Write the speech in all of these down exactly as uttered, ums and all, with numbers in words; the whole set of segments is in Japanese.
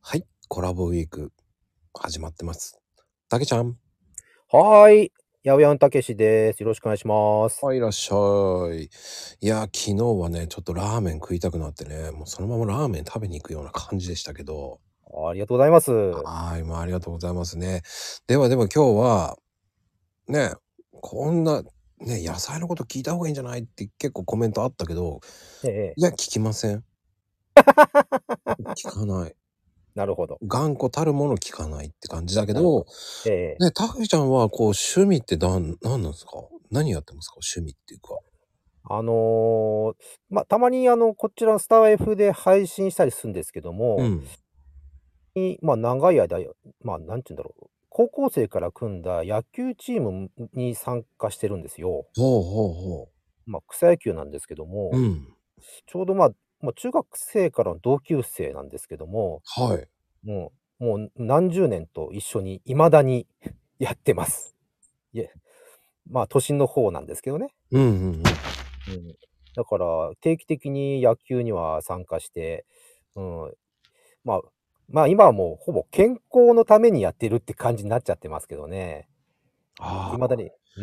はい、コラボウィーク始まってます。たけちゃん。 はーい、やうやんたけしです。よろしくお願いします。 はい、いらっしゃい。いや、昨日はね、ちょっとラーメン食いたくなってね、もうそのままラーメン食べに行くような感じでしたけど。 ありがとうございます。 はい、まあ、ありがとうございますね。ではでは今日は、ね、こんな、ね、野菜のこと聞いた方がいいんじゃないって結構コメントあったけど、 ええ。 いや、聞きません。聞かない。 なるほど。 頑固たるもの聞かないって感じだけど、 なるほど。ええ。 ね、たけちゃんはこう趣味ってなん、なんなんですか？何やってますか？趣味っていうか。 あの、ま、たまにあの、こちらのスター F で配信したりするんですけども、 うん。 いま、長い間、まあ、なんて言うんだろう、高校生から組んだ野球チームに参加してるんですよ。 ほうほうほま、草野球なんですけどう。うも、 ん。 ちょうど、まま、中学生からの同級生なんですけども、 はい。 もうもう何十年と一緒に未だにやってます。いえ、まあ、都心の方なんですけどね。 うんうんうん。 うん。だから、定期的に野球には参加して、うん、まあ、まあ、今はもうほぼ健康のためにやってるって感じになっちゃってますけどね。 あ未だにうん。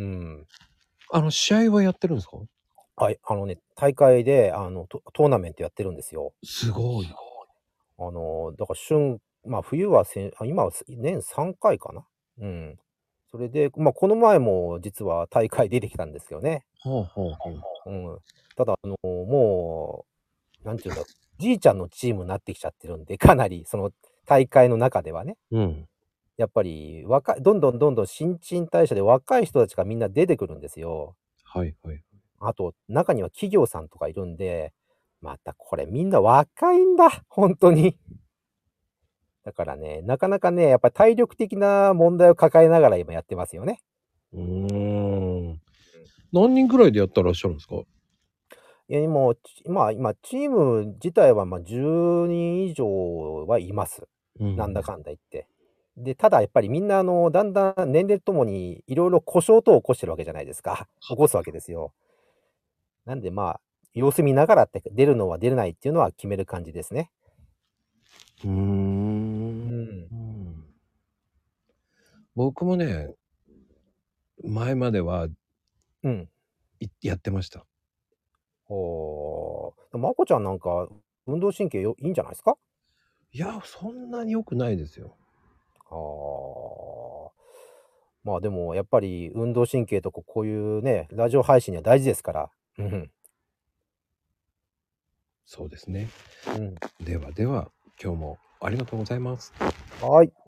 あ、あの、試合はやってるんですか？ はい、あのね、大会で、あの、トトーナメントやってるんですよ。 すごい。 あの、だから春まあ、冬はせんあ、今はす年さんかいかな。うん。それで、ま、この前も実は大会出てきたんですよね。 ほうほうほう。 うん。ただ、あの、もう、なんて言うんだろう、じいちゃんのチームになってきちゃってるんで、かなりその大会の中ではね、 うん。 やっぱり若いどんどんどんどん新陳代謝で若い人たちがみんな出てくるんですよ。 はいはい。 あと、中には企業さんとかいるんで、またこれみんな若いんだ、ほんとに。だからね、なかなかね、やっぱ体力的な問題を抱えながら今やってますよね。 うーん。 うん。 何人ぐらいでやってらっしゃるんですか？ いや、もう、ちまあ、今チーム自体は、ま、じゅうにん以上はいます。 うん。 なんだかんだ言って。で、ただやっぱりみんなあの、だんだん年齢ともに色々故障等を起こしてるわけじゃないですか。起こすわけですよ。なんで、まあ、様子見ながらってか、出るのは出れないっていうのは決める感じですね。 うーん。 うん。 うん。僕もね、前までは、 うん。 いやってました。 ほお。まこちゃんなんか、運動神経よいいんじゃないすか？ いや、そんなに良くないですよ。 はあ。まあ、でもやっぱり運動神経とここういうね、ラジオ配信には大事ですから。うん。 そうですね。 うん。 ではでは、今日もありがとうございます。 はい。